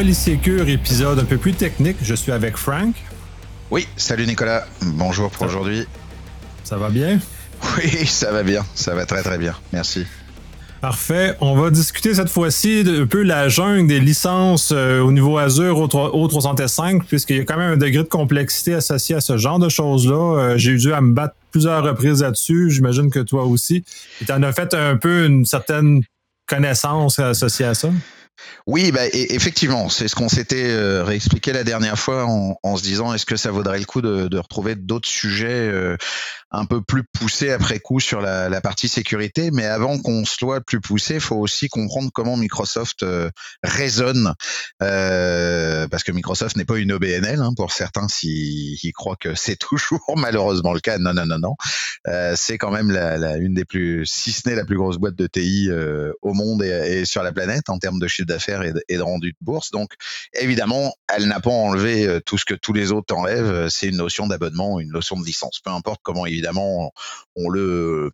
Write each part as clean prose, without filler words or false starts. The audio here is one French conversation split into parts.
Polysécure, épisode un peu plus technique. Je suis avec Frank. Oui, salut Nicolas. Bonjour pour aujourd'hui. Ça va bien? Oui, ça va bien. Ça va très très bien. Merci. Parfait. On va discuter cette fois-ci un peu la jungle des licences au niveau Azure O365, puisqu'il y a quand même un degré de complexité associé à ce genre de choses-là. J'ai dû à me battre plusieurs reprises là-dessus. J'imagine que toi aussi. Et tu en as fait un peu une certaine connaissance associée à ça. Oui, effectivement, c'est ce qu'on s'était réexpliqué la dernière fois en se disant est-ce que ça vaudrait le coup de retrouver d'autres sujets un peu plus poussés après coup sur la partie sécurité. Mais avant qu'on soit plus poussé, il faut aussi comprendre comment Microsoft raisonne, parce que Microsoft n'est pas une OBNL, hein, pour certains s'ils croient que c'est toujours malheureusement le cas. Non. C'est quand même une des plus, si ce n'est la plus grosse boîte de TI au monde et sur la planète en termes de chiffre d'affaires et de rendu de bourse. Donc, évidemment, elle n'a pas enlevé tout ce que tous les autres enlèvent. C'est une notion d'abonnement, une notion de licence. Peu importe comment, évidemment, on le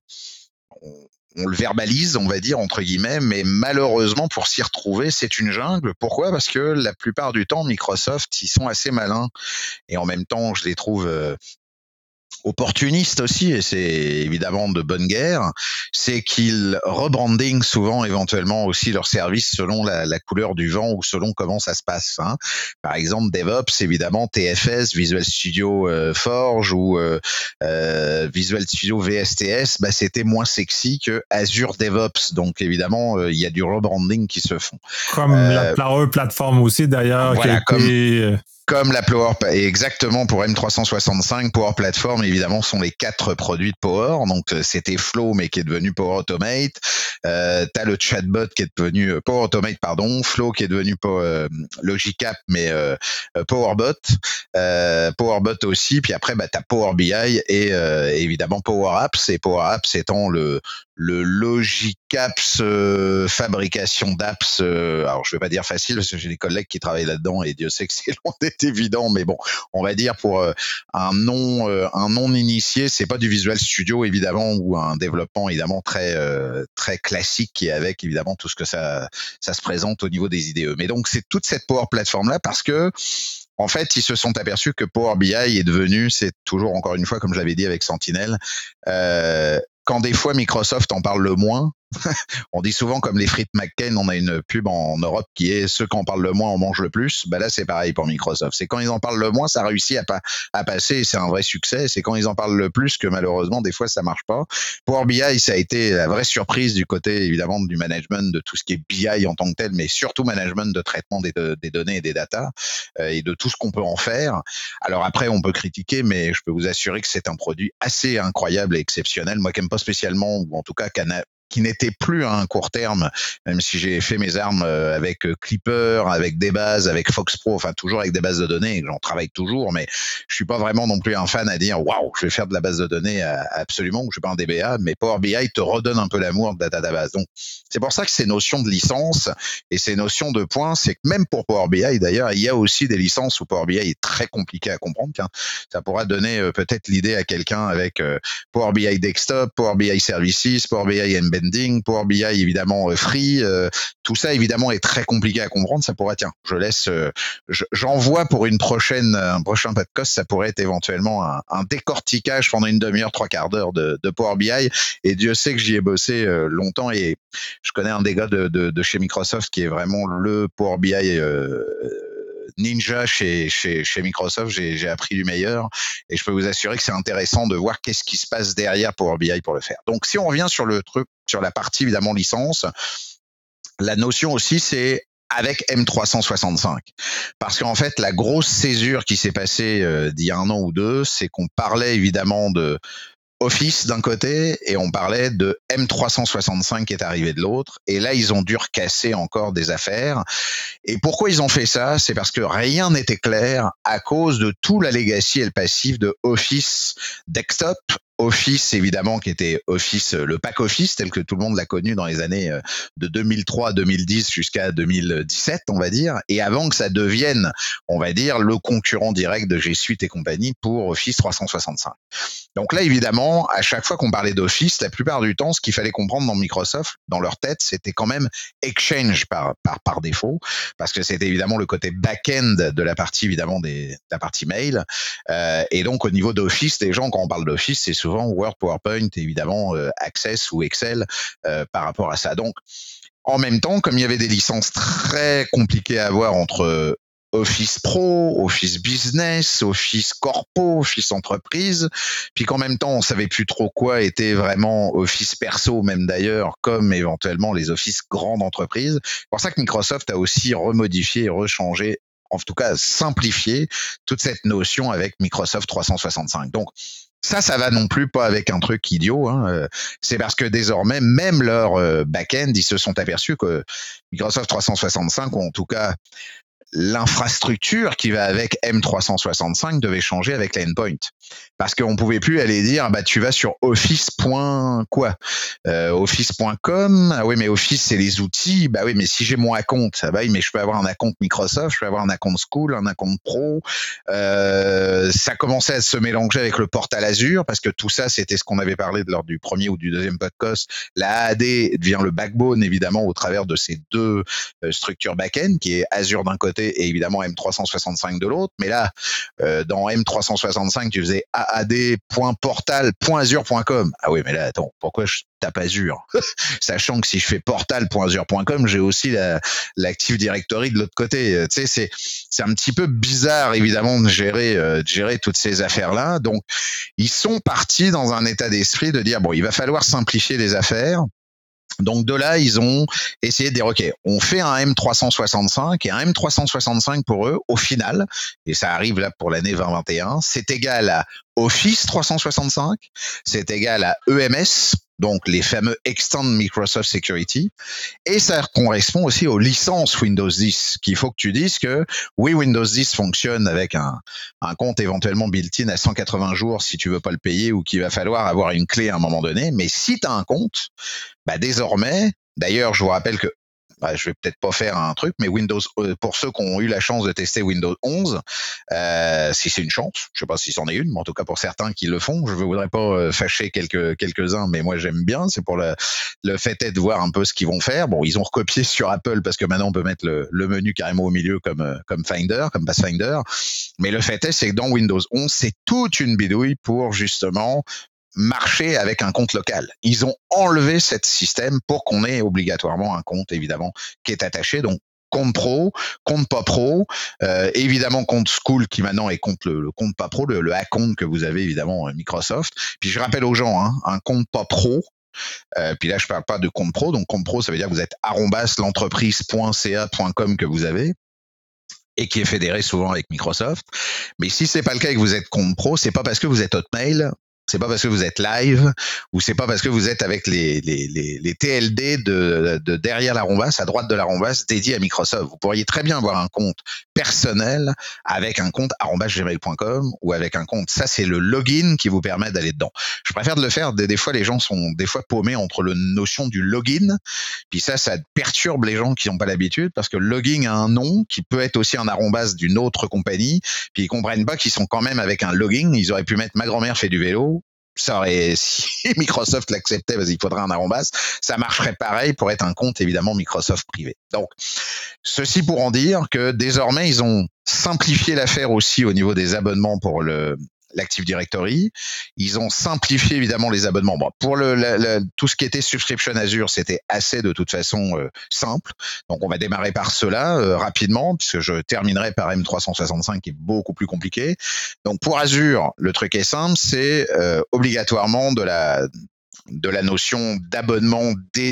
verbalise, on va dire, entre guillemets, mais malheureusement, pour s'y retrouver, c'est une jungle. Pourquoi? Parce que la plupart du temps, Microsoft, ils sont assez malins. Et en même temps, je les trouve opportunistes aussi, et c'est évidemment de bonne guerre, c'est qu'ils rebranding souvent éventuellement aussi leurs services selon la couleur du vent ou selon comment ça se passe. Hein. Par exemple, DevOps, évidemment, TFS, Visual Studio Forge ou Visual Studio VSTS, c'était moins sexy que Azure DevOps. Donc évidemment, il y a du rebranding qui se font. Comme la Power Platform aussi, d'ailleurs, voilà, qui a été... Comme la Power, et exactement pour M365, Power Platform, évidemment, sont les 4 produits de Power. Donc, c'était Flow, mais qui est devenu Power Automate. T'as le chatbot qui est devenu Power Automate, pardon. Flow qui est devenu Logicap, mais PowerBot. PowerBot aussi. Puis après, t'as Power BI et évidemment Power Apps. Et Power Apps étant le Logicaps fabrication d'apps. Alors, je vais pas dire facile parce que j'ai des collègues qui travaillent là-dedans et Dieu sait que c'est loin d'être évident, mais bon, on va dire pour un non initié, c'est pas du Visual Studio évidemment ou un développement évidemment très classique qui est avec évidemment tout ce que ça se présente au niveau des IDE. Mais donc c'est toute cette Power Platform là parce que en fait, ils se sont aperçus que Power BI est devenu, c'est toujours encore une fois comme je l'avais dit avec Sentinel, quand des fois Microsoft en parle le moins. On dit souvent comme les frites McCain, on a une pub en Europe qui est ceux qui en parlent le moins en mangent le plus. Là c'est pareil pour Microsoft. C'est quand ils en parlent le moins, ça réussit à passer et c'est un vrai succès. C'est quand ils en parlent le plus que malheureusement des fois ça marche pas. Power BI, ça a été la vraie surprise du côté évidemment du management de tout ce qui est BI en tant que tel, mais surtout management de traitement des données et des data et de tout ce qu'on peut en faire. Alors après on peut critiquer, mais je peux vous assurer que c'est un produit assez incroyable et exceptionnel. Moi qui n'aime pas spécialement, ou en tout cas qui n'était plus à un court terme, même si j'ai fait mes armes avec Clipper, avec des bases, avec Fox Pro, enfin toujours avec des bases de données, j'en travaille toujours, mais je suis pas vraiment non plus un fan à dire waouh, je vais faire de la base de données absolument, je suis pas un DBA, mais Power BI te redonne un peu l'amour de la database. Donc c'est pour ça que ces notions de licence et ces notions de points, c'est que même pour Power BI d'ailleurs, il y a aussi des licences où Power BI est très compliqué à comprendre. Tiens, ça pourra donner peut-être l'idée à quelqu'un avec Power BI Desktop, Power BI Services, Power BI Embedding, Power BI évidemment free, tout ça évidemment est très compliqué à comprendre. Ça pourrait, tiens, j'envoie pour un prochain podcast, ça pourrait être éventuellement un décortiquage pendant une demi-heure, 3/4 d'heure de Power BI. Et Dieu sait que j'y ai bossé longtemps et je connais un des gars de chez Microsoft qui est vraiment le Power BI ninja chez Microsoft. J'ai appris du meilleur et je peux vous assurer que c'est intéressant de voir qu'est-ce qui se passe derrière Power BI pour le faire. Donc si on revient sur sur la partie évidemment licence, la notion aussi c'est avec M365. Parce qu'en fait, la grosse césure qui s'est passée d'il y a 1 an ou 2, c'est qu'on parlait évidemment de Office d'un côté et on parlait de M365 qui est arrivé de l'autre. Et là, ils ont dû recasser encore des affaires. Et pourquoi ils ont fait ça? C'est parce que rien n'était clair à cause de tout la legacy et le passif de Office Desktop Office, évidemment, qui était Office, le pack Office, tel que tout le monde l'a connu dans les années de 2003 à 2010 jusqu'à 2017, on va dire, et avant que ça devienne, on va dire, le concurrent direct de G Suite et compagnie pour Office 365. Donc là, évidemment, à chaque fois qu'on parlait d'Office, la plupart du temps, ce qu'il fallait comprendre dans Microsoft, dans leur tête, c'était quand même Exchange par défaut, parce que c'était évidemment le côté back-end de la partie, évidemment, de la partie mail. Et donc, au niveau d'Office, les gens, quand on parle d'Office, c'est souvent Word, PowerPoint, évidemment, Access ou Excel par rapport à ça. Donc, en même temps, comme il y avait des licences très compliquées à avoir entre Office Pro, Office Business, Office Corpo, Office Entreprise, puis qu'en même temps, on savait plus trop quoi était vraiment Office Perso, même d'ailleurs, comme éventuellement les Office grandes entreprises. C'est pour ça que Microsoft a aussi remodifié et rechangé, en tout cas simplifié, toute cette notion avec Microsoft 365. Donc, ça va non plus pas avec un truc idiot. C'est parce que désormais, même leur back-end, ils se sont aperçus que Microsoft 365, ou en tout cas l'infrastructure qui va avec M365 devait changer avec l'endpoint. Parce qu'on pouvait plus aller dire, bah, tu vas sur office.quoi, office.com, ah oui, mais Office, c'est les outils, bah oui, mais si j'ai mon account, ah bah oui, mais je peux avoir un account Microsoft, je peux avoir un account School, un account Pro, ça commençait à se mélanger avec le portal Azure, parce que tout ça, c'était ce qu'on avait parlé lors du premier ou du deuxième podcast. La AD devient le backbone, évidemment, au travers de ces deux structures back-end, qui est Azure d'un côté et évidemment M365 de l'autre. Mais là, dans M365, tu faisais aad.portal.azure.com. Ah oui, mais là, attends, pourquoi je tape Azure? Sachant que si je fais portal.azure.com, j'ai aussi l'Active Directory de l'autre côté. Tu sais, c'est un petit peu bizarre, évidemment, de gérer toutes ces affaires-là. Donc, ils sont partis dans un état d'esprit de dire, bon, il va falloir simplifier les affaires. Donc de là, ils ont essayé de dire, OK, on fait un M365 et un M365 pour eux, au final, et ça arrive là pour l'année 2021, c'est égal à Office 365, c'est égal à EMS, donc les fameux Extend Microsoft Security, et ça correspond aussi aux licences Windows 10, qu'il faut que tu dises que oui, Windows 10 fonctionne avec un compte éventuellement built-in à 180 jours si tu veux pas le payer ou qu'il va falloir avoir une clé à un moment donné, mais si tu as un compte, bah désormais, d'ailleurs, je vous rappelle que je vais peut-être pas faire un truc, mais Windows, pour ceux qui ont eu la chance de tester Windows 11, si c'est une chance, je sais pas si c'en est une, mais en tout cas pour certains qui le font, je ne voudrais pas fâcher quelques-uns, mais moi j'aime bien, c'est pour le fait est de voir un peu ce qu'ils vont faire. Bon, ils ont recopié sur Apple parce que maintenant on peut mettre le menu carrément au milieu comme Finder, comme Pathfinder, mais le fait est, c'est que dans Windows 11, c'est toute une bidouille pour justement marcher avec un compte local. Ils ont enlevé ce système pour qu'on ait obligatoirement un compte, évidemment, qui est attaché. Donc, compte pro, compte pas pro, évidemment compte School qui maintenant est compte le compte pas pro, le account que vous avez évidemment Microsoft. Puis je rappelle aux gens, un compte pas pro, puis là je parle pas de compte pro, donc compte pro ça veut dire que vous êtes @l'entreprise.ca.com que vous avez et qui est fédéré souvent avec Microsoft. Mais si c'est pas le cas et que vous êtes compte pro, c'est pas parce que vous êtes Hotmail, c'est pas parce que vous êtes live ou c'est pas parce que vous êtes avec les TLD de derrière l'arrombasse, à droite de l'arrombasse, dédié à Microsoft. Vous pourriez très bien avoir un compte personnel avec un compte @gmail.com ou avec un compte. Ça, c'est le login qui vous permet d'aller dedans. Je préfère de le faire. Des fois, les gens sont des fois paumés entre la notion du login. Puis ça perturbe les gens qui n'ont pas l'habitude parce que le login a un nom qui peut être aussi un arrombasse d'une autre compagnie. Puis ils comprennent pas qu'ils sont quand même avec un login. Ils auraient pu mettre ma grand-mère fait du vélo. Ça aurait, si Microsoft l'acceptait, il faudrait un arrombasse, ça marcherait pareil pour être un compte évidemment Microsoft privé. Donc, ceci pour en dire que désormais, ils ont simplifié l'affaire aussi au niveau des abonnements pour l'Active Directory. Ils ont simplifié évidemment les abonnements. Bon, pour tout ce qui était subscription Azure, c'était assez de toute façon simple. Donc on va démarrer par cela rapidement, puisque je terminerai par M365 qui est beaucoup plus compliqué. Donc pour Azure, le truc est simple, c'est obligatoirement de la notion d'abonnement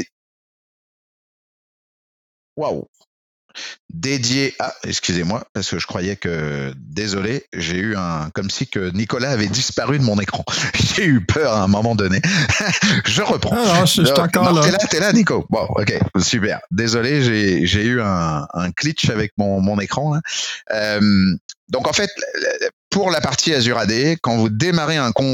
dédié à, excusez-moi, parce que je croyais que, désolé, j'ai eu comme si que Nicolas avait disparu de mon écran. J'ai eu peur à un moment donné. Je reprends. Non, je suis encore là. T'es là, Nico. Bon, ok, super. Désolé, j'ai eu un glitch avec mon écran, là. Donc, en fait, pour la partie Azure AD, quand vous démarrez un compte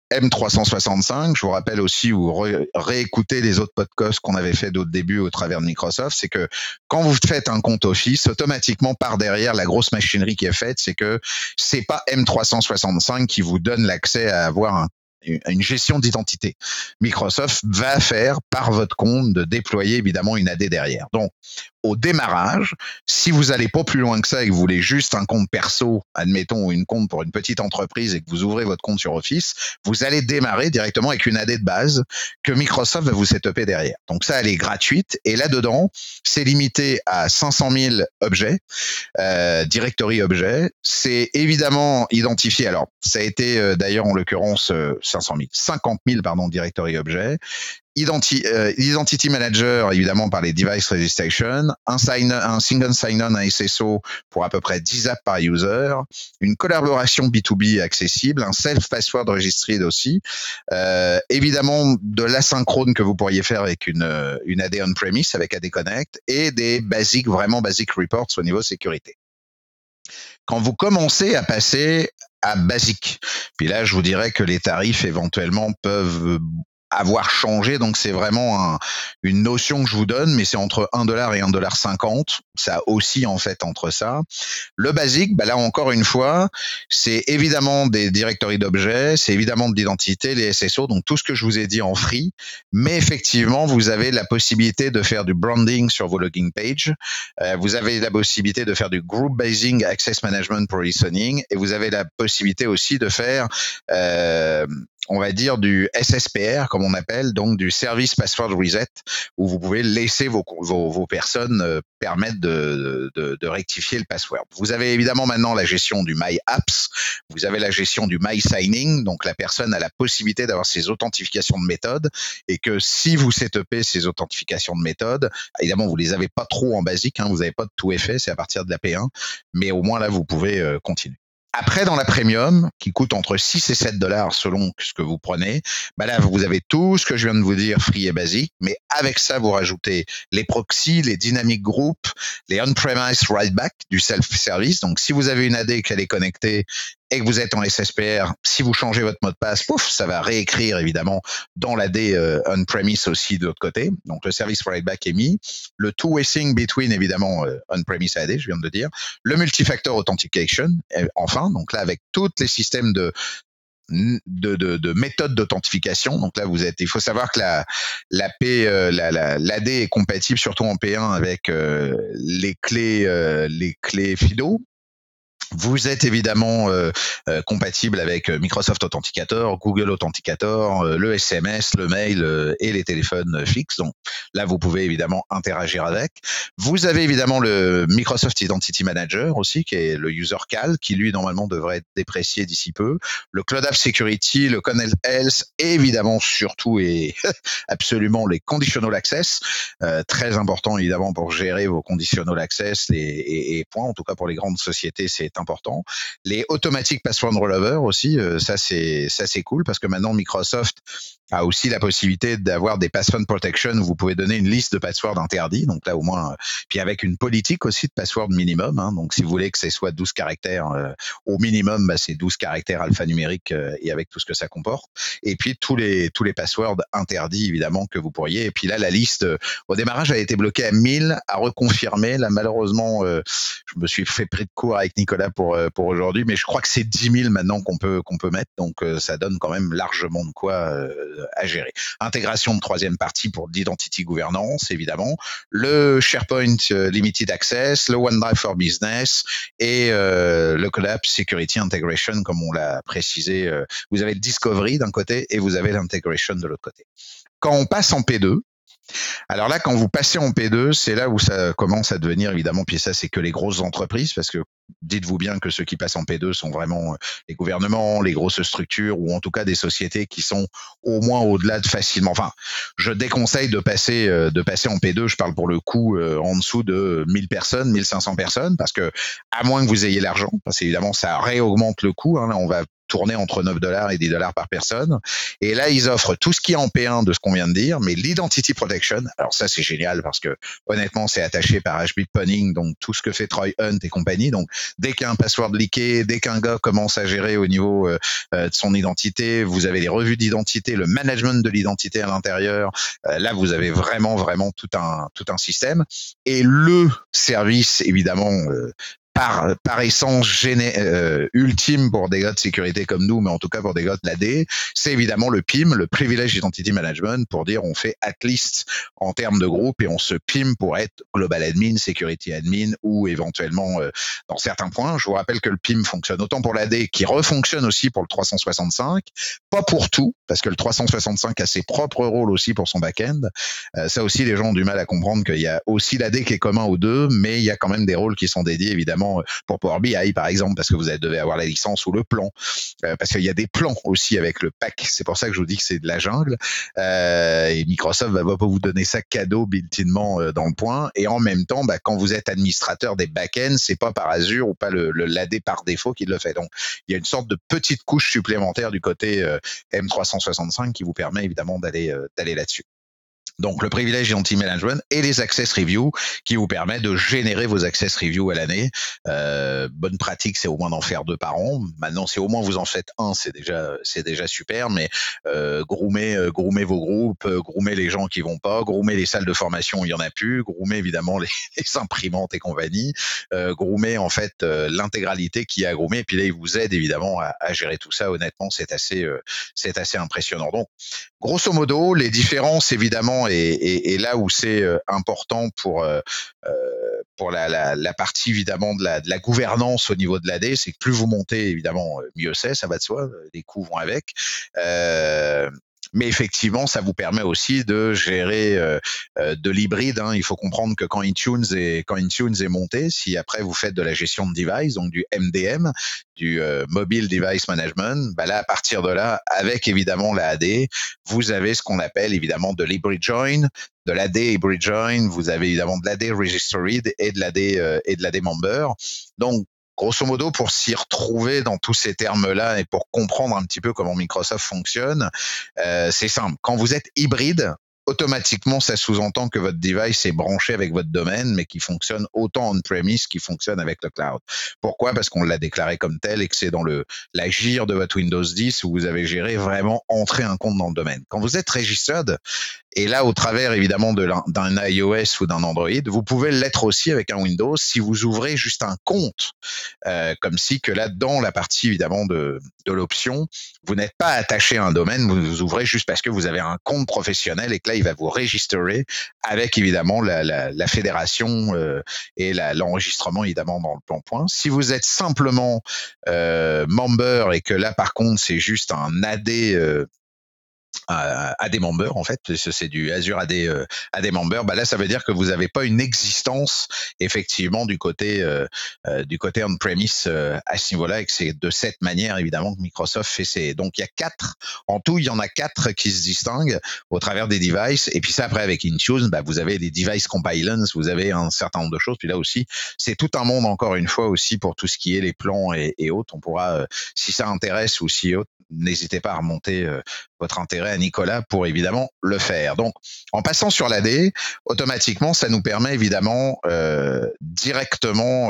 M365, je vous rappelle aussi, ou réécouter les autres podcasts qu'on avait fait d'autres débuts au travers de Microsoft, c'est que quand vous faites un compte Office, automatiquement par derrière, la grosse machinerie qui est faite, c'est que c'est pas M365 qui vous donne l'accès à avoir une gestion d'identité. Microsoft va faire par votre compte de déployer évidemment une AD derrière. Donc, au démarrage, si vous n'allez pas plus loin que ça et que vous voulez juste un compte perso, admettons, ou une compte pour une petite entreprise et que vous ouvrez votre compte sur Office, vous allez démarrer directement avec une AD de base que Microsoft va vous setuper derrière. Donc ça, elle est gratuite et là-dedans, c'est limité à 500 000 objets, directory objets. C'est évidemment identifié. Alors, ça a été d'ailleurs en l'occurrence 50 000 directory objets. Identity Manager, évidemment, par les Device Registration, un single sign-on, un SSO pour à peu près 10 apps par user, une collaboration B2B accessible, un self-password registered aussi, évidemment de l'asynchrone que vous pourriez faire avec une AD on-premise avec AD Connect et des vraiment basic reports au niveau sécurité. Quand vous commencez à passer à basique, puis là, je vous dirais que les tarifs éventuellement peuvent avoir changé, donc c'est vraiment une notion que je vous donne, mais c'est entre $1 et $1,50. Ça oscille en fait entre ça. Le basique, là encore une fois, c'est évidemment des directories d'objets, c'est évidemment de l'identité, les SSO, donc tout ce que je vous ai dit en free, mais effectivement, vous avez la possibilité de faire du branding sur vos login pages, vous avez la possibilité de faire du group basing access management pour listening, et vous avez la possibilité aussi de faire on va dire du SSPR, comme on appelle, donc du Service Password Reset, où vous pouvez laisser vos personnes permettre de rectifier le password. Vous avez évidemment maintenant la gestion du My Apps, vous avez la gestion du My Signing, donc la personne a la possibilité d'avoir ses authentifications de méthode, et que si vous setupez ces authentifications de méthode, évidemment vous les avez pas trop en basique, vous n'avez pas de tout effet, c'est à partir de la P1, mais au moins là vous pouvez continuer. Après, dans la premium, qui coûte entre 6 et $7 selon ce que vous prenez, là, vous avez tout ce que je viens de vous dire, free et basique, mais avec ça, vous rajoutez les proxys, les dynamic groups, les on-premise write-back du self-service. Donc, si vous avez une AD qu'elle est connectée et que vous êtes en SSPR, si vous changez votre mot de passe, pouf, ça va réécrire évidemment dans l'AD on-premise aussi de l'autre côté. Donc le service write-back est mis. Le two-way sync between évidemment on-premise et AD, je viens de le dire. Le multifactor authentication, enfin, donc là avec tous les systèmes de méthodes d'authentification. Donc là, il faut savoir que l'AD est compatible surtout en P1 avec les clés FIDO. Vous êtes évidemment compatible avec Microsoft Authenticator, Google Authenticator, le SMS, le mail et les téléphones fixes. Donc là, vous pouvez évidemment interagir avec. Vous avez évidemment le Microsoft Identity Manager aussi, qui est le user cal, qui lui normalement devrait être déprécié d'ici peu. Le Cloud App Security, le Connect Health, et évidemment surtout et absolument les Conditional Access, très important évidemment pour gérer vos Conditional Access et points. En tout cas pour les grandes sociétés, c'est important. Les automatic password rollover aussi, ça c'est cool parce que maintenant Microsoft a aussi la possibilité d'avoir des password protection où vous pouvez donner une liste de passwords interdits. Donc là au moins, puis avec une politique aussi de password minimum. Donc si vous voulez que ce soit 12 caractères au minimum, c'est 12 caractères alphanumériques et avec tout ce que ça comporte. Et puis tous les passwords interdits évidemment que vous pourriez. Et puis là la liste au démarrage a été bloquée à 1000, à reconfirmer. Là malheureusement, je me suis fait pris de court avec Nicolas pour aujourd'hui, mais je crois que c'est 10 000 maintenant qu'on peut mettre, donc ça donne quand même largement de quoi à gérer. Intégration de troisième partie pour l'identity gouvernance, évidemment, le SharePoint Limited Access, le OneDrive for Business et le Collab Security Integration, comme on l'a précisé. Vous avez le Discovery d'un côté et vous avez l'Integration de l'autre côté. Quand on passe en P2, alors là, quand vous passez en P2, c'est là où ça commence à devenir, évidemment, puis ça, c'est que les grosses entreprises, parce que dites-vous bien que ceux qui passent en P2 sont vraiment les gouvernements, les grosses structures, ou en tout cas des sociétés qui sont au moins au-delà de facilement. Enfin, je déconseille de passer en P2, je parle pour le coup en dessous de 1000 personnes, 1500 personnes, parce que à moins que vous ayez l'argent, parce qu'évidemment, ça réaugmente le coût. Là, on va tourner entre $9 et $10 par personne. Et là, ils offrent tout ce qui est en P1 de ce qu'on vient de dire, mais l'identity protection, alors ça c'est génial parce que honnêtement c'est attaché par HBitPoning, donc tout ce que fait Troy Hunt et compagnie. Donc dès qu'il y a un password leaké, dès qu'un gars commence à gérer au niveau de son identité, vous avez les revues d'identité, le management de l'identité à l'intérieur. Là, vous avez vraiment tout un système. Et le service évidemment par essence ultime pour des gars de sécurité comme nous, mais en tout cas pour des gars de l'AD, c'est évidemment le PIM, le Privilege Identity Management, pour dire on fait at least en termes de groupe et on se PIM pour être Global Admin, Security Admin ou éventuellement dans certains points. Je vous rappelle que le PIM fonctionne autant pour l'AD qui refonctionne aussi pour le 365, pas pour tout, parce que le 365 a ses propres rôles aussi pour son back-end. Ça aussi, les gens ont du mal à comprendre qu'il y a aussi l'AD qui est commun aux deux, mais il y a quand même des rôles qui sont dédiés évidemment pour Power BI par exemple, parce que vous devez avoir la licence ou le plan, parce qu'il y a des plans aussi avec le pack. C'est pour ça que je vous dis que c'est de la jungle, et Microsoft va pas vous donner ça cadeau built-inement dans le point. Et en même temps, quand vous êtes administrateur des back-ends, c'est pas par Azure ou pas l'AD par défaut qui le fait. Donc il y a une sorte de petite couche supplémentaire du côté M365 qui vous permet évidemment d'aller là-dessus. Donc le privilège Identity Management et les Access Review qui vous permettent de générer vos Access Review à l'année. Bonne pratique, c'est au moins d'en faire 2 par an. Maintenant, si au moins vous en faites un, c'est déjà super. Mais groomer vos groupes, groomer les gens qui vont pas, groomer les salles de formation où il y en a plus, groomer évidemment les imprimantes et compagnie, groomer en fait l'intégralité qui a groomé. Et puis là, il vous aide évidemment à gérer tout ça. Honnêtement, c'est assez impressionnant. Donc, grosso modo, les différences évidemment. Et là où c'est important pour la partie évidemment de la gouvernance au niveau de l'AD, c'est que plus vous montez évidemment mieux c'est, ça va de soi, les coûts vont avec. Mais effectivement, ça vous permet aussi de gérer de l'hybride. Il faut comprendre que quand Intune est monté, si après vous faites de la gestion de device, donc du MDM, du Mobile Device Management, là à partir de là, avec évidemment la AD, vous avez ce qu'on appelle évidemment de l'hybrid join, de l'AD hybrid join, vous avez évidemment de l'AD registered et de l'AD member. Donc grosso modo, pour s'y retrouver dans tous ces termes-là et pour comprendre un petit peu comment Microsoft fonctionne, c'est simple. Quand vous êtes hybride, automatiquement, ça sous-entend que votre device est branché avec votre domaine, mais qui fonctionne autant on-premise qu'il fonctionne avec le cloud. Pourquoi? Parce qu'on l'a déclaré comme tel et que c'est dans la GIR de votre Windows 10 où vous avez géré vraiment entrer un compte dans le domaine. Quand vous êtes registered, et là, au travers évidemment d'un iOS ou d'un Android, vous pouvez l'être aussi avec un Windows si vous ouvrez juste un compte, comme si que là, dans la partie évidemment de l'option, vous n'êtes pas attaché à un domaine, vous ouvrez juste parce que vous avez un compte professionnel et que là, il va vous registrer avec évidemment la fédération et l'enregistrement évidemment dans le plan point. Si vous êtes simplement member et que là, par contre, c'est juste un AD AD member en fait, c'est du Azure AD member. Là, ça veut dire que vous n'avez pas une existence effectivement du côté on-premise à ce niveau-là, et que c'est de cette manière évidemment que Microsoft fait ses. Donc il y a 4 en tout, il y en a 4 qui se distinguent au travers des devices. Et puis ça, après avec Intune, vous avez des device compilance, vous avez un certain nombre de choses. Puis là aussi, c'est tout un monde encore une fois aussi pour tout ce qui est les plans et autres. On pourra, si ça intéresse ou si autre, n'hésitez pas à remonter votre intérêt à Nicolas pour évidemment le faire. Donc, en passant sur l'AD, automatiquement, ça nous permet évidemment directement,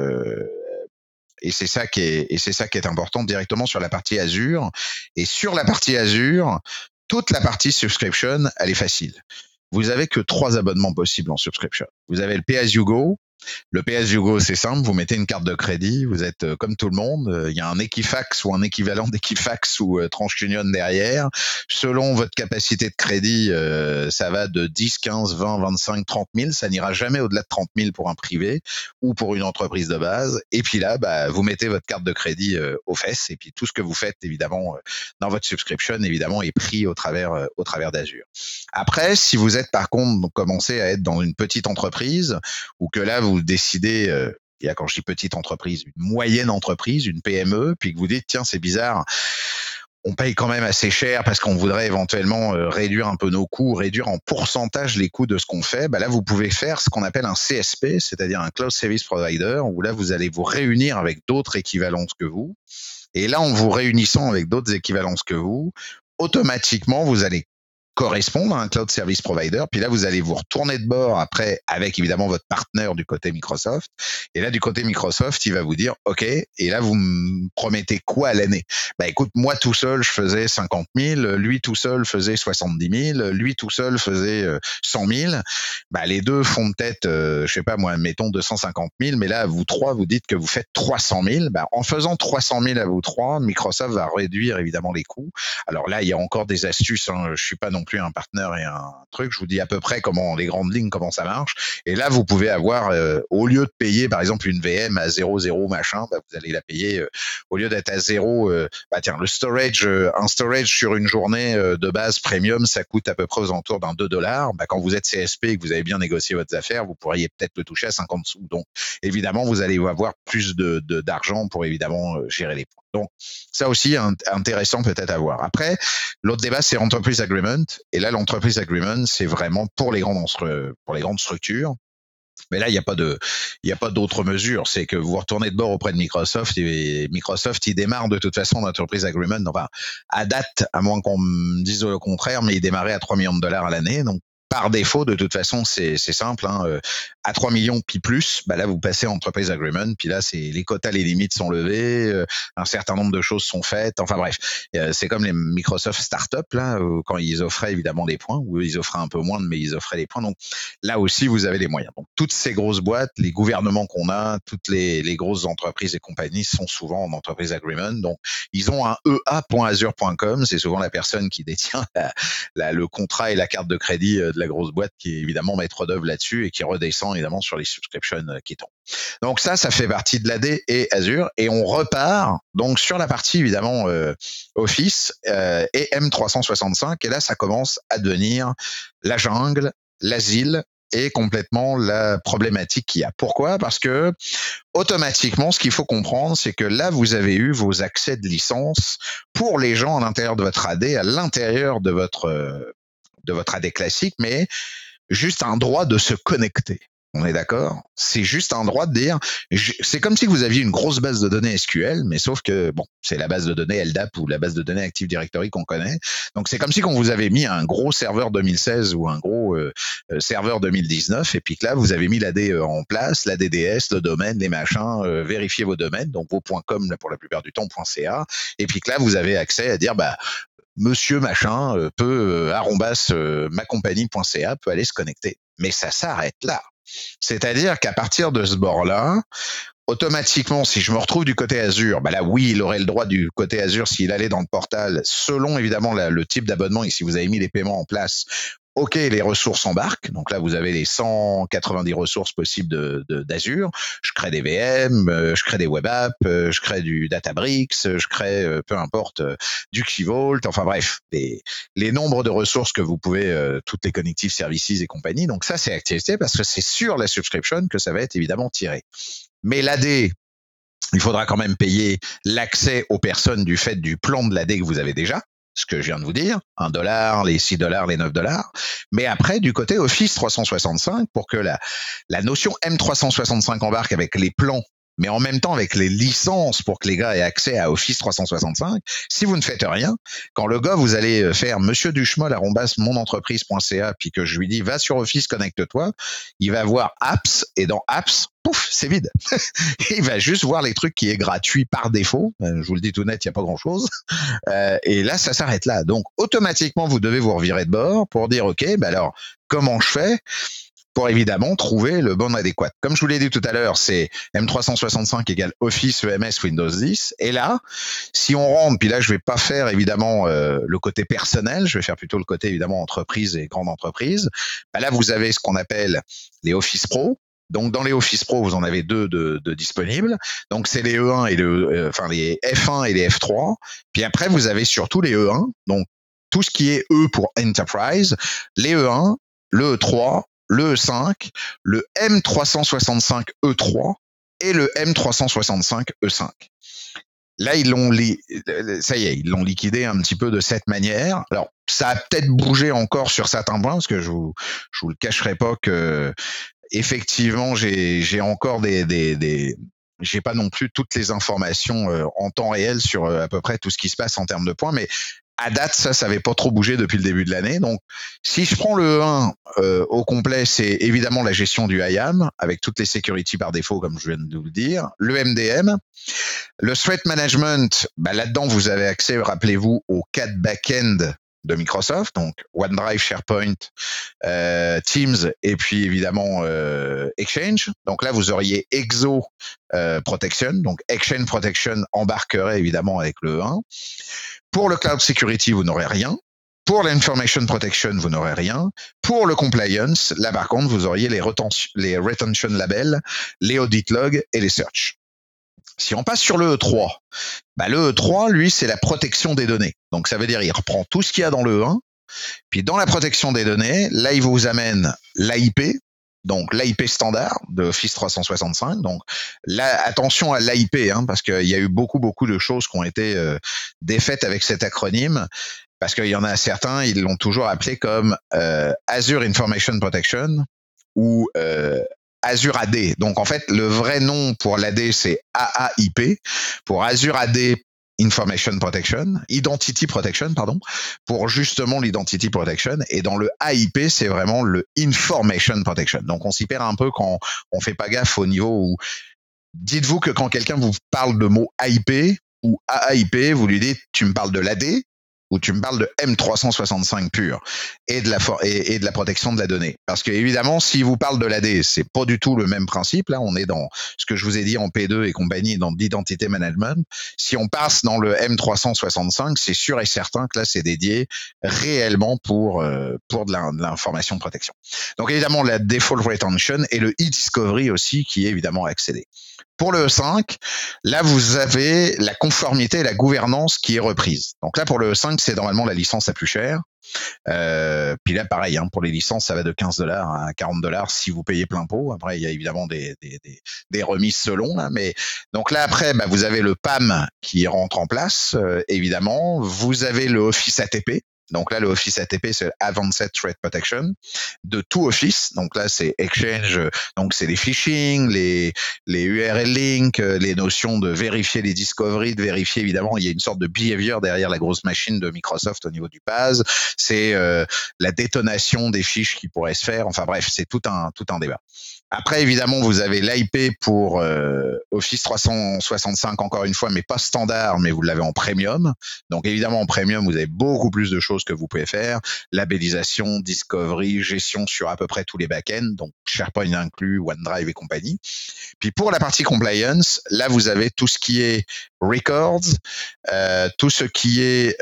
et c'est ça qui est important, directement sur la partie Azure. Et sur la partie Azure, toute la partie subscription, elle est facile. Vous avez que 3 abonnements possibles en subscription. Vous avez le Pay-as-you-go. Le Pay-as-you-go, c'est simple, vous mettez une carte de crédit, vous êtes comme tout le monde, il y a un Equifax ou un équivalent d'Equifax ou TransUnion derrière. Selon votre capacité de crédit, ça va de 10, 15, 20, 25, 30 000, ça n'ira jamais au-delà de 30 000 pour un privé ou pour une entreprise de base. Et puis là, vous mettez votre carte de crédit aux fesses, et puis tout ce que vous faites, évidemment, dans votre subscription, évidemment, est pris au travers d'Azure. Après, si vous êtes par contre commencé à être dans une petite entreprise, ou que là, vous décidez, quand je dis petite entreprise, une moyenne entreprise, une PME, puis que vous dites, tiens, c'est bizarre, on paye quand même assez cher parce qu'on voudrait éventuellement réduire un peu nos coûts, réduire en pourcentage les coûts de ce qu'on fait, là, vous pouvez faire ce qu'on appelle un CSP, c'est-à-dire un Cloud Service Provider, où là, vous allez vous réunir avec d'autres équivalences que vous. Et là, en vous réunissant avec d'autres équivalences que vous, automatiquement, vous allez correspondre à un cloud service provider. Puis là, vous allez vous retourner de bord après avec évidemment votre partenaire du côté Microsoft. Et là, du côté Microsoft, il va vous dire, OK, et là, vous me promettez quoi à l'année? Bah, écoute, moi tout seul, je faisais 50 000, lui tout seul faisait 70 000, lui tout seul faisait 100 000. Bah, les deux font peut-être, je sais pas moi, mettons 250 000, mais là, vous trois, vous dites que vous faites 300 000. Bah, en faisant 300 000 à vous trois, Microsoft va réduire évidemment les coûts. Alors là, il y a encore des astuces, hein. Je suis pas non plus un partenaire et un truc. Je vous dis à peu près comment les grandes lignes, comment ça marche. Et là, vous pouvez avoir, au lieu de payer par exemple une VM à 0,0 machin, bah, vous allez la payer au lieu d'être à 0. Bah tiens, le storage, un storage sur une journée de base premium, ça coûte à peu près aux alentours d'un $2. Bah, quand vous êtes CSP et que vous avez bien négocié votre affaire, vous pourriez peut-être le toucher à 50 sous. Donc, évidemment, vous allez avoir plus d'argent pour évidemment gérer les points. Donc, ça aussi intéressant peut-être à voir. Après, l'autre débat, c'est Enterprise Agreement. Et là, l'Enterprise Agreement, c'est vraiment pour les grandes structures. Mais là, il n'y a pas d'autre mesure. C'est que vous retournez de bord auprès de Microsoft et Microsoft, il démarre de toute façon d'Enterprise Agreement. Enfin, à date, à moins qu'on me dise le contraire, mais il démarrait à 3 millions de dollars à l'année. Donc, par défaut, de toute façon, c'est simple. Hein, à 3 millions puis plus, bah là, vous passez Enterprise Agreement. Puis là, c'est les quotas, les limites sont levées. Un certain nombre de choses sont faites. Enfin bref, c'est comme les Microsoft Startup, là, quand ils offraient évidemment des points, ou ils offraient un peu moins, mais ils offraient des points. Donc, là aussi, vous avez les moyens. Donc, toutes ces grosses boîtes, les gouvernements qu'on a, toutes les grosses entreprises et compagnies sont souvent en Enterprise Agreement. Donc, ils ont un ea.azure.com. C'est souvent la personne qui détient le contrat et la carte de crédit de la grosse boîte qui est évidemment maître d'œuvre là-dessus et qui redescend évidemment sur les subscriptions qui tombent. Donc ça fait partie de l'AD et Azure. Et on repart donc sur la partie évidemment Office et M365. Et là, ça commence à devenir la jungle, l'asile et complètement la problématique qu'il y a. Pourquoi? Parce que automatiquement, ce qu'il faut comprendre, c'est que là, vous avez eu vos accès de licence pour les gens à l'intérieur de votre AD, à l'intérieur de votre AD classique, mais juste un droit de se connecter. On est d'accord? C'est juste un droit de dire, c'est comme si vous aviez une grosse base de données SQL, mais sauf que, bon, c'est la base de données LDAP ou la base de données Active Directory qu'on connaît. Donc, c'est comme si on vous avait mis un gros serveur 2016 ou un gros serveur 2019, et puis que là, vous avez mis l'AD en place, la DDS, le domaine, les machins, vérifiez vos domaines, donc vos .com, là, pour la plupart du temps, .ca, et puis que là, vous avez accès à dire, bah, monsieur machin peut macompagnie.ca peut aller se connecter. Mais ça s'arrête là. C'est-à-dire qu'à partir de ce bord-là, automatiquement, si je me retrouve du côté Azure, bah là, oui, il aurait le droit du côté Azure s'il allait dans le portal, selon évidemment le type d'abonnement et si vous avez mis les paiements en place. OK, les ressources embarquent. Donc là, vous avez les 190 ressources possibles d'Azure. Je crée des VM, je crée des web apps, je crée du Databricks, je crée, peu importe, du Key Vault. Enfin bref, les nombres de ressources que vous pouvez, toutes les connective services et compagnie. Donc ça, c'est activité parce que c'est sur la subscription que ça va être évidemment tiré. Mais l'AD, il faudra quand même payer l'accès aux personnes du fait du plan de l'AD que vous avez déjà. Ce que je viens de vous dire, $1, les $6, les $9. Mais après, du côté Office 365, pour que la notion M365 embarque avec les plans, mais en même temps avec les licences pour que les gars aient accès à Office 365, si vous ne faites rien, quand le gars, vous allez faire monsieur duchemol@monentreprise.ca, puis que je lui dis, va sur Office, connecte-toi, il va voir Apps, et dans Apps, pouf, c'est vide. Il va juste voir les trucs qui est gratuit par défaut. Je vous le dis tout net, il n'y a pas grand-chose. Et là, ça s'arrête là. Donc, automatiquement, vous devez vous revirer de bord pour dire, OK, bah alors, comment je fais pour évidemment trouver le bon adéquat. Comme je vous l'ai dit tout à l'heure, c'est M365 égale Office EMS Windows 10. Et là, si on rentre, puis là, je vais pas faire évidemment le côté personnel, je vais faire plutôt le côté évidemment entreprise et grande entreprise. Bah là, vous avez ce qu'on appelle les Office Pro. Donc dans les Office Pro, vous en avez deux de disponibles. Donc c'est les E1 et les F1 et les F3. Puis après, vous avez surtout les E1. Donc tout ce qui est E pour Enterprise, les E1, le E3, le E5, le M365 E3 et le M365 E5. Là, ça y est, ils l'ont liquidé un petit peu de cette manière. Alors, ça a peut-être bougé encore sur certains points, parce que je vous le cacherai pas que effectivement, j'ai encore des j'ai pas non plus toutes les informations en temps réel sur à peu près tout ce qui se passe en termes de points, mais à date, ça n'avait pas trop bougé depuis le début de l'année. Donc, si je prends le 1 au complet, c'est évidemment la gestion du IAM, avec toutes les security par défaut, comme je viens de vous le dire, le MDM, le threat management, là-dedans, vous avez accès, rappelez-vous, aux 4 back-end de Microsoft, donc OneDrive, SharePoint, Teams et puis évidemment Exchange. Donc là, vous auriez Exo Protection, donc Exchange Protection embarquerait évidemment avec le 1. Pour le Cloud Security, vous n'aurez rien. Pour l'Information Protection, vous n'aurez rien. Pour le Compliance, là par contre, vous auriez les Retention Labels, les Audit Logs et les Search. Si on passe sur le E3, le E3, lui, c'est la protection des données. Donc ça veut dire il reprend tout ce qu'il y a dans le E1, puis dans la protection des données, là, il vous amène l'AIP, donc l'AIP standard de Office 365. Donc là, attention à l'AIP, parce qu'il y a eu beaucoup de choses qui ont été défaites avec cet acronyme, parce qu'il y en a certains, ils l'ont toujours appelé comme Azure Information Protection ou Azure AD. Donc en fait, le vrai nom pour l'AD, c'est AAIP. Pour Azure AD Information Protection, Identity Protection, pardon, pour justement l'Identity Protection. Et dans le AIP, c'est vraiment le Information Protection. Donc on s'y perd un peu quand on fait pas gaffe au niveau où... Dites-vous que quand quelqu'un vous parle de mot AIP ou AAIP, vous lui dites « tu me parles de l'AD » ou tu me parles de M365 pur et de la protection de la donnée. Parce que évidemment, si vous parle de l'AD, c'est pas du tout le même principe. Là, on est dans ce que je vous ai dit en P2 et compagnie, dans l'identity management. Si on passe dans le M365, c'est sûr et certain que là, c'est dédié réellement pour de l'information protection. Donc évidemment, la default retention et le e-discovery aussi, qui est évidemment accédé. Pour le E5, là, vous avez la conformité et la gouvernance qui est reprise. Donc là, pour le E5, c'est normalement la licence la plus chère. Puis là, pareil, pour les licences, ça va de $15 à $40 si vous payez plein pot. Après, il y a évidemment des remises selon. Là, mais donc là, après, vous avez le PAM qui rentre en place, évidemment. Vous avez le Office ATP. Donc là, le Office ATP, c'est Advanced Threat Protection de tout Office. Donc là, c'est Exchange, donc c'est les phishing, les URL links, les notions de vérifier les discoveries, de vérifier évidemment, il y a une sorte de behavior derrière la grosse machine de Microsoft au niveau du PAS. C'est la détonation des fiches qui pourraient se faire. Enfin bref, c'est tout un débat. Après, évidemment, vous avez l'IP pour Office 365, encore une fois, mais pas standard, mais vous l'avez en premium. Donc, évidemment, en premium, vous avez beaucoup plus de choses que vous pouvez faire. Labellisation, discovery, gestion sur à peu près tous les back-ends, donc SharePoint inclus, OneDrive et compagnie. Puis, pour la partie compliance, là, vous avez tout ce qui est records, tout ce qui est...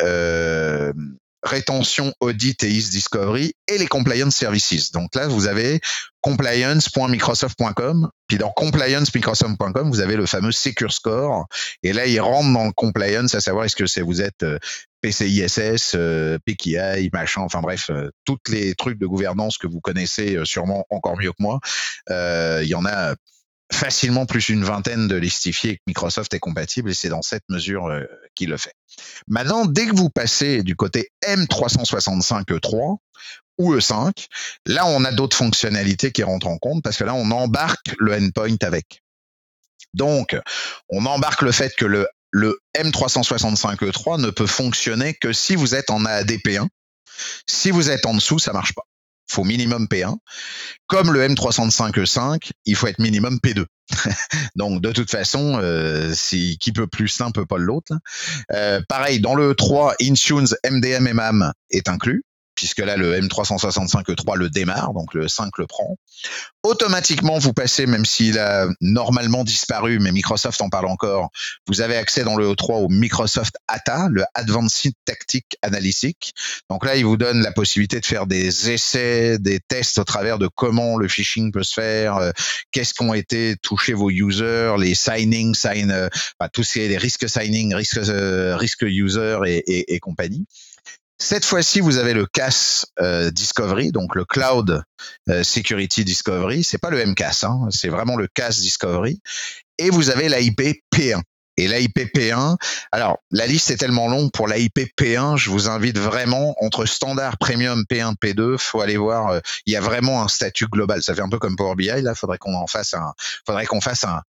rétention, audit et e-discovery et les compliance services. Donc là, vous avez compliance.microsoft.com. Puis dans compliance.microsoft.com, vous avez le fameux Secure Score. Et là, il rentre dans le compliance, à savoir est-ce que vous êtes PCI-SS, PKI, machin, enfin bref, tous les trucs de gouvernance que vous connaissez sûrement encore mieux que moi. Il y en a facilement plus une vingtaine de listifiés que Microsoft est compatible et c'est dans cette mesure qu'il le fait. Maintenant, dès que vous passez du côté M365 E3 ou E5, là, on a d'autres fonctionnalités qui rentrent en compte parce que là, on embarque le endpoint avec. Donc, on embarque le fait que le M365 E3 ne peut fonctionner que si vous êtes en AADP1. Si vous êtes en dessous, ça marche pas. Il faut minimum P1. Comme le M365 E5, il faut être minimum P2. Donc, de toute façon, qui peut plus l'un peut pas l'autre. Pareil, dans le E3, Intune, MDM et MAM est inclus, puisque là, le M365 E3 le démarre, donc le 5 le prend. Automatiquement, vous passez, même s'il a normalement disparu, mais Microsoft en parle encore, vous avez accès dans le E3 au Microsoft ATA, le Advanced Tactic Analytic. Donc là, il vous donne la possibilité de faire des essais, des tests au travers de comment le phishing peut se faire, qu'est-ce qu'ont été touchés vos users, les signing, tous les risques signing, risque user et compagnie. Cette fois-ci, vous avez le CAS Discovery, donc le Cloud Security Discovery. C'est pas le MCAS, c'est vraiment le CAS Discovery. Et vous avez l'AIP P1. Et l'AIP P1, alors la liste est tellement longue pour l'AIP P1, je vous invite vraiment entre standard, premium, P1, P2, faut aller voir. Il y a vraiment un statut global. Ça fait un peu comme Power BI. Là, faudrait qu'on fasse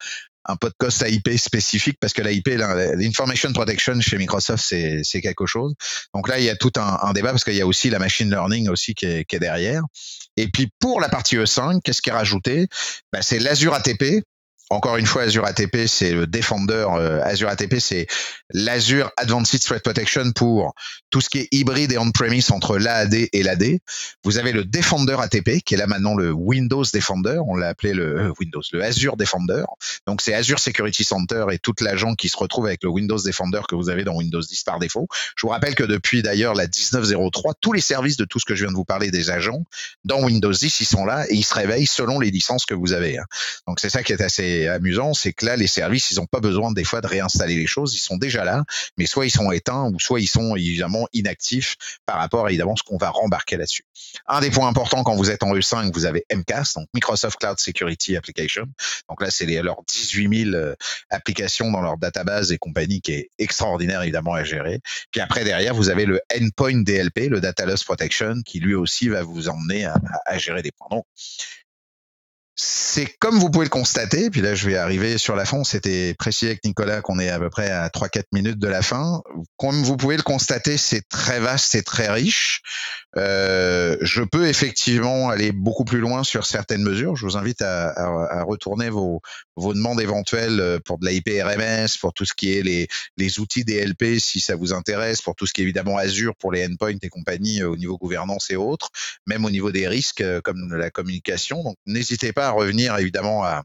un podcast IP spécifique parce que l'IP, l'information protection chez Microsoft, c'est quelque chose. Donc là, il y a tout un débat parce qu'il y a aussi la machine learning aussi qui est derrière. Et puis pour la partie E5, qu'est-ce qui est rajouté? C'est l'Azure ATP. Encore une fois, Azure ATP, c'est le Defender. Azure ATP, c'est l'Azure Advanced Threat Protection pour tout ce qui est hybride et on-premise entre l'AAD et l'AD. Vous avez le Defender ATP, qui est là maintenant le Windows Defender. On l'a appelé le Azure Defender. Donc, c'est Azure Security Center et toute l'agent qui se retrouve avec le Windows Defender que vous avez dans Windows 10 par défaut. Je vous rappelle que depuis d'ailleurs la 19.03, tous les services de tout ce que je viens de vous parler des agents dans Windows 10, ils sont là et ils se réveillent selon les licences que vous avez. Donc, c'est ça qui est assez amusant, c'est que là, les services, ils n'ont pas besoin des fois de réinstaller les choses, ils sont déjà là, mais soit ils sont éteints ou soit ils sont évidemment inactifs par rapport à évidemment ce qu'on va rembarquer là-dessus. Un des points importants quand vous êtes en E5, vous avez MCAS, donc Microsoft Cloud Security Application. Donc là, c'est leurs 18 000 applications dans leur database et compagnie qui est extraordinaire évidemment à gérer. Puis après, derrière, vous avez le Endpoint DLP, le Data Loss Protection, qui lui aussi va vous emmener à gérer des points. Donc, c'est comme vous pouvez le constater, puis là je vais arriver sur la fin, on s'était précisé avec Nicolas qu'on est à peu près à 3-4 minutes de la fin. Comme vous pouvez le constater, c'est très vaste, c'est très riche. Je peux effectivement aller beaucoup plus loin sur certaines mesures. Je vous invite à retourner vos demandes éventuelles pour de la IPRMS, pour tout ce qui est les outils DLP si ça vous intéresse, pour tout ce qui est évidemment Azure pour les endpoints et compagnie au niveau gouvernance et autres, même au niveau des risques comme la communication. Donc n'hésitez pas à revenir évidemment à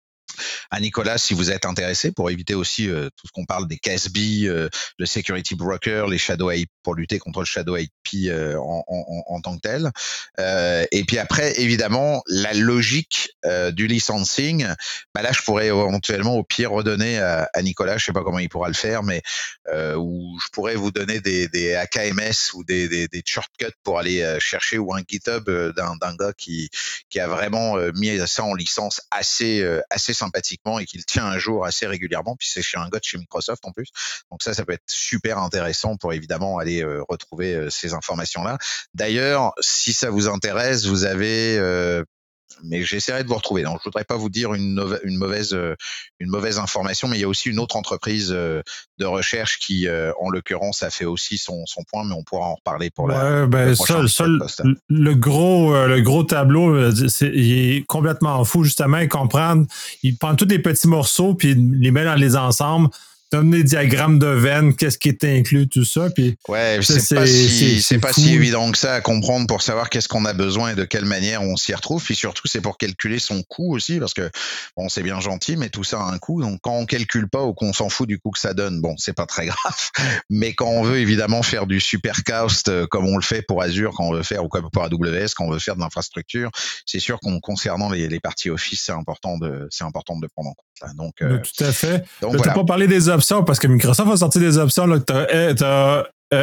Nicolas si vous êtes intéressé pour éviter aussi tout ce qu'on parle des CASB, le security broker, les shadow IP pour lutter contre le shadow IP en tant que tel. Et puis après, évidemment, la logique du licensing, là je pourrais éventuellement au pire redonner à Nicolas, je sais pas comment il pourra le faire, mais où je pourrais vous donner des AKMS ou des shortcuts pour aller chercher ou un GitHub d'un gars qui a vraiment mis ça en licence assez sympathiquement et qu'il tient un jour assez régulièrement, puis c'est chez un gars de chez Microsoft en plus. Donc ça peut être super intéressant pour évidemment aller retrouver ces informations-là. D'ailleurs, si ça vous intéresse, vous avez mais j'essaierai de vous retrouver. Donc, je voudrais pas vous dire une mauvaise information, mais il y a aussi une autre entreprise de recherche qui, en l'occurrence, a fait aussi son point, mais on pourra en reparler pour le prochain post. Le gros tableau, il est complètement fou, justement, il prend tous les petits morceaux puis il les met dans les ensembles. Donne des diagrammes de veines, qu'est-ce qui est inclus, tout ça. Puis ouais, c'est pas si évident que ça à comprendre pour savoir qu'est-ce qu'on a besoin et de quelle manière on s'y retrouve. Puis surtout, c'est pour calculer son coût aussi, parce que bon, c'est bien gentil, mais tout ça a un coût. Donc quand on calcule pas ou qu'on s'en fout du coût que ça donne, bon, c'est pas très grave. Mais quand on veut évidemment faire du supercast comme on le fait pour Azure, quand on veut faire ou comme pour AWS, quand on veut faire de l'infrastructure, c'est sûr qu'en concernant les parties Office, c'est important de prendre en compte. Là. Donc, tout à fait. Donc voilà. T'as pas parlé des options parce que Microsoft a sorti des options. Là, t'as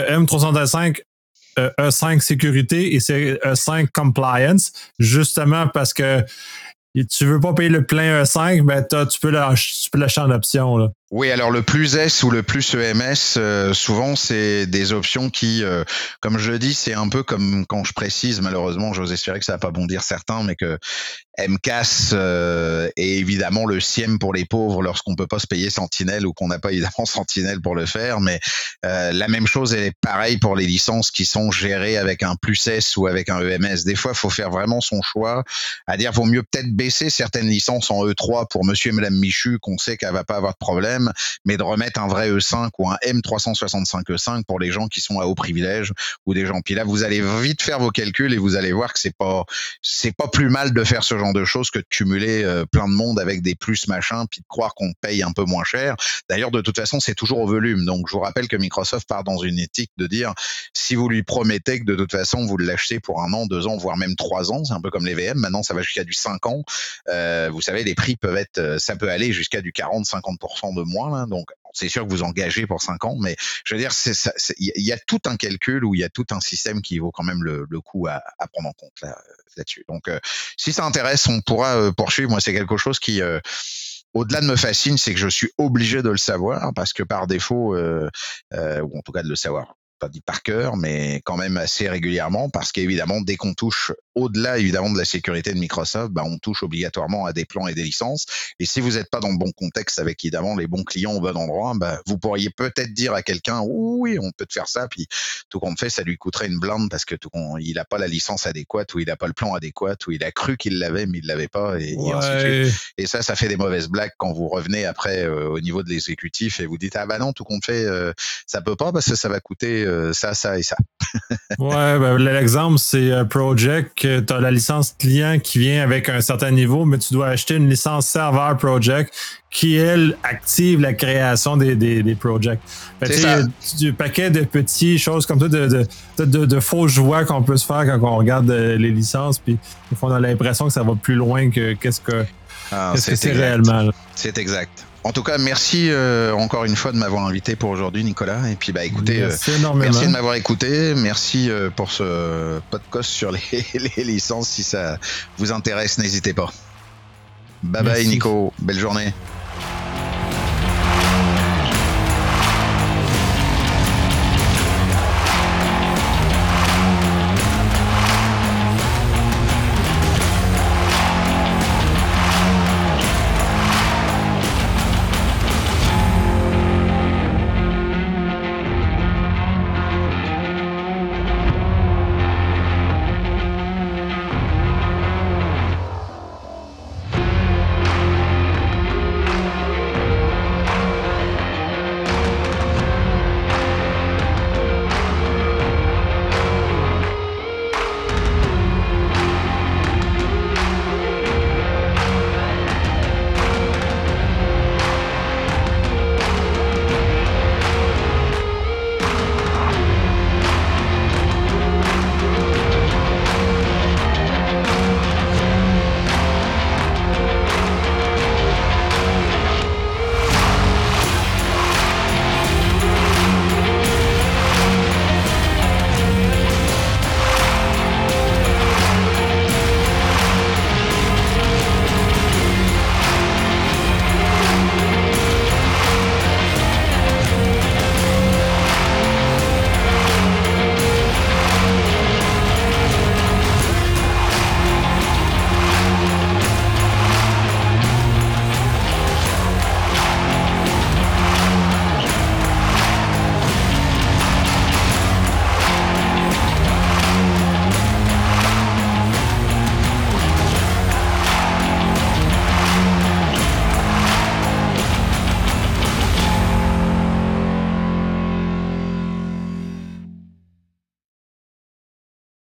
M365 E5 sécurité et c'est E5 compliance, justement parce que tu veux pas payer le plein E5, tu peux l'acheter en option. Là. Oui, alors le plus S ou le plus EMS, souvent c'est des options qui, comme je le dis, c'est un peu comme quand je précise, malheureusement, j'ose espérer que ça va pas bondir certains, mais que MCAS est évidemment le SIEM pour les pauvres lorsqu'on peut pas se payer Sentinel ou qu'on n'a pas évidemment Sentinel pour le faire, mais la même chose elle est pareille pour les licences qui sont gérées avec un plus S ou avec un EMS. Des fois, il faut faire vraiment son choix, à dire vaut mieux peut-être baisser certaines licences en E3 pour monsieur et madame Michu qu'on sait qu'elle va pas avoir de problème, mais de remettre un vrai E5 ou un M365 E5 pour les gens qui sont à haut privilège ou des gens. Puis là, vous allez vite faire vos calculs et vous allez voir que c'est pas plus mal de faire ce genre de choses que de cumuler plein de monde avec des plus machins puis de croire qu'on paye un peu moins cher. D'ailleurs, de toute façon, c'est toujours au volume. Donc, je vous rappelle que Microsoft part dans une éthique de dire si vous lui promettez que de toute façon, vous l'achetez pour 1 an, 2 ans, voire même 3 ans, c'est un peu comme les VM. Maintenant, ça va jusqu'à du 5 ans. Vous savez, les prix peuvent être, ça peut aller jusqu'à du 40-50% de moins. Là, donc, c'est sûr que vous engagez pour 5 ans, mais je veux dire, il y a tout un calcul où il y a tout un système qui vaut quand même le coup à prendre en compte là-dessus. Donc, si ça intéresse, on pourra poursuivre. Moi, c'est quelque chose qui au-delà de me fascine, c'est que je suis obligé de le savoir parce que par défaut, ou en tout cas de le savoir. pas dit par cœur, mais quand même assez régulièrement, parce qu'évidemment, dès qu'on touche au-delà évidemment de la sécurité de Microsoft, on touche obligatoirement à des plans et des licences. Et si vous n'êtes pas dans le bon contexte avec évidemment les bons clients au bon endroit, vous pourriez peut-être dire à quelqu'un oui, on peut te faire ça, puis tout compte fait, ça lui coûterait une blinde parce que il n'a pas la licence adéquate, ou il n'a pas le plan adéquat, ou il a cru qu'il l'avait mais il l'avait pas, et ainsi de suite. Et ça fait des mauvaises blagues quand vous revenez après au niveau de l'exécutif et vous dites non, tout compte fait, ça peut pas parce que ça va coûter ça et ça. Ouais, l'exemple, c'est Project. Tu as la licence client qui vient avec un certain niveau, mais tu dois acheter une licence serveur Project qui, elle, active la création des projects. Il y a du paquet de petites choses comme ça, de faux joies qu'on peut se faire quand on regarde les licences, puis on a l'impression que ça va plus loin que qu'est-ce que c'est réellement. Là. C'est exact. En tout cas, merci encore une fois de m'avoir invité pour aujourd'hui, Nicolas. Et puis, écoutez, merci de m'avoir écouté. Merci pour ce podcast sur les licences. Si ça vous intéresse, n'hésitez pas. Bye bye, Nico. Belle journée.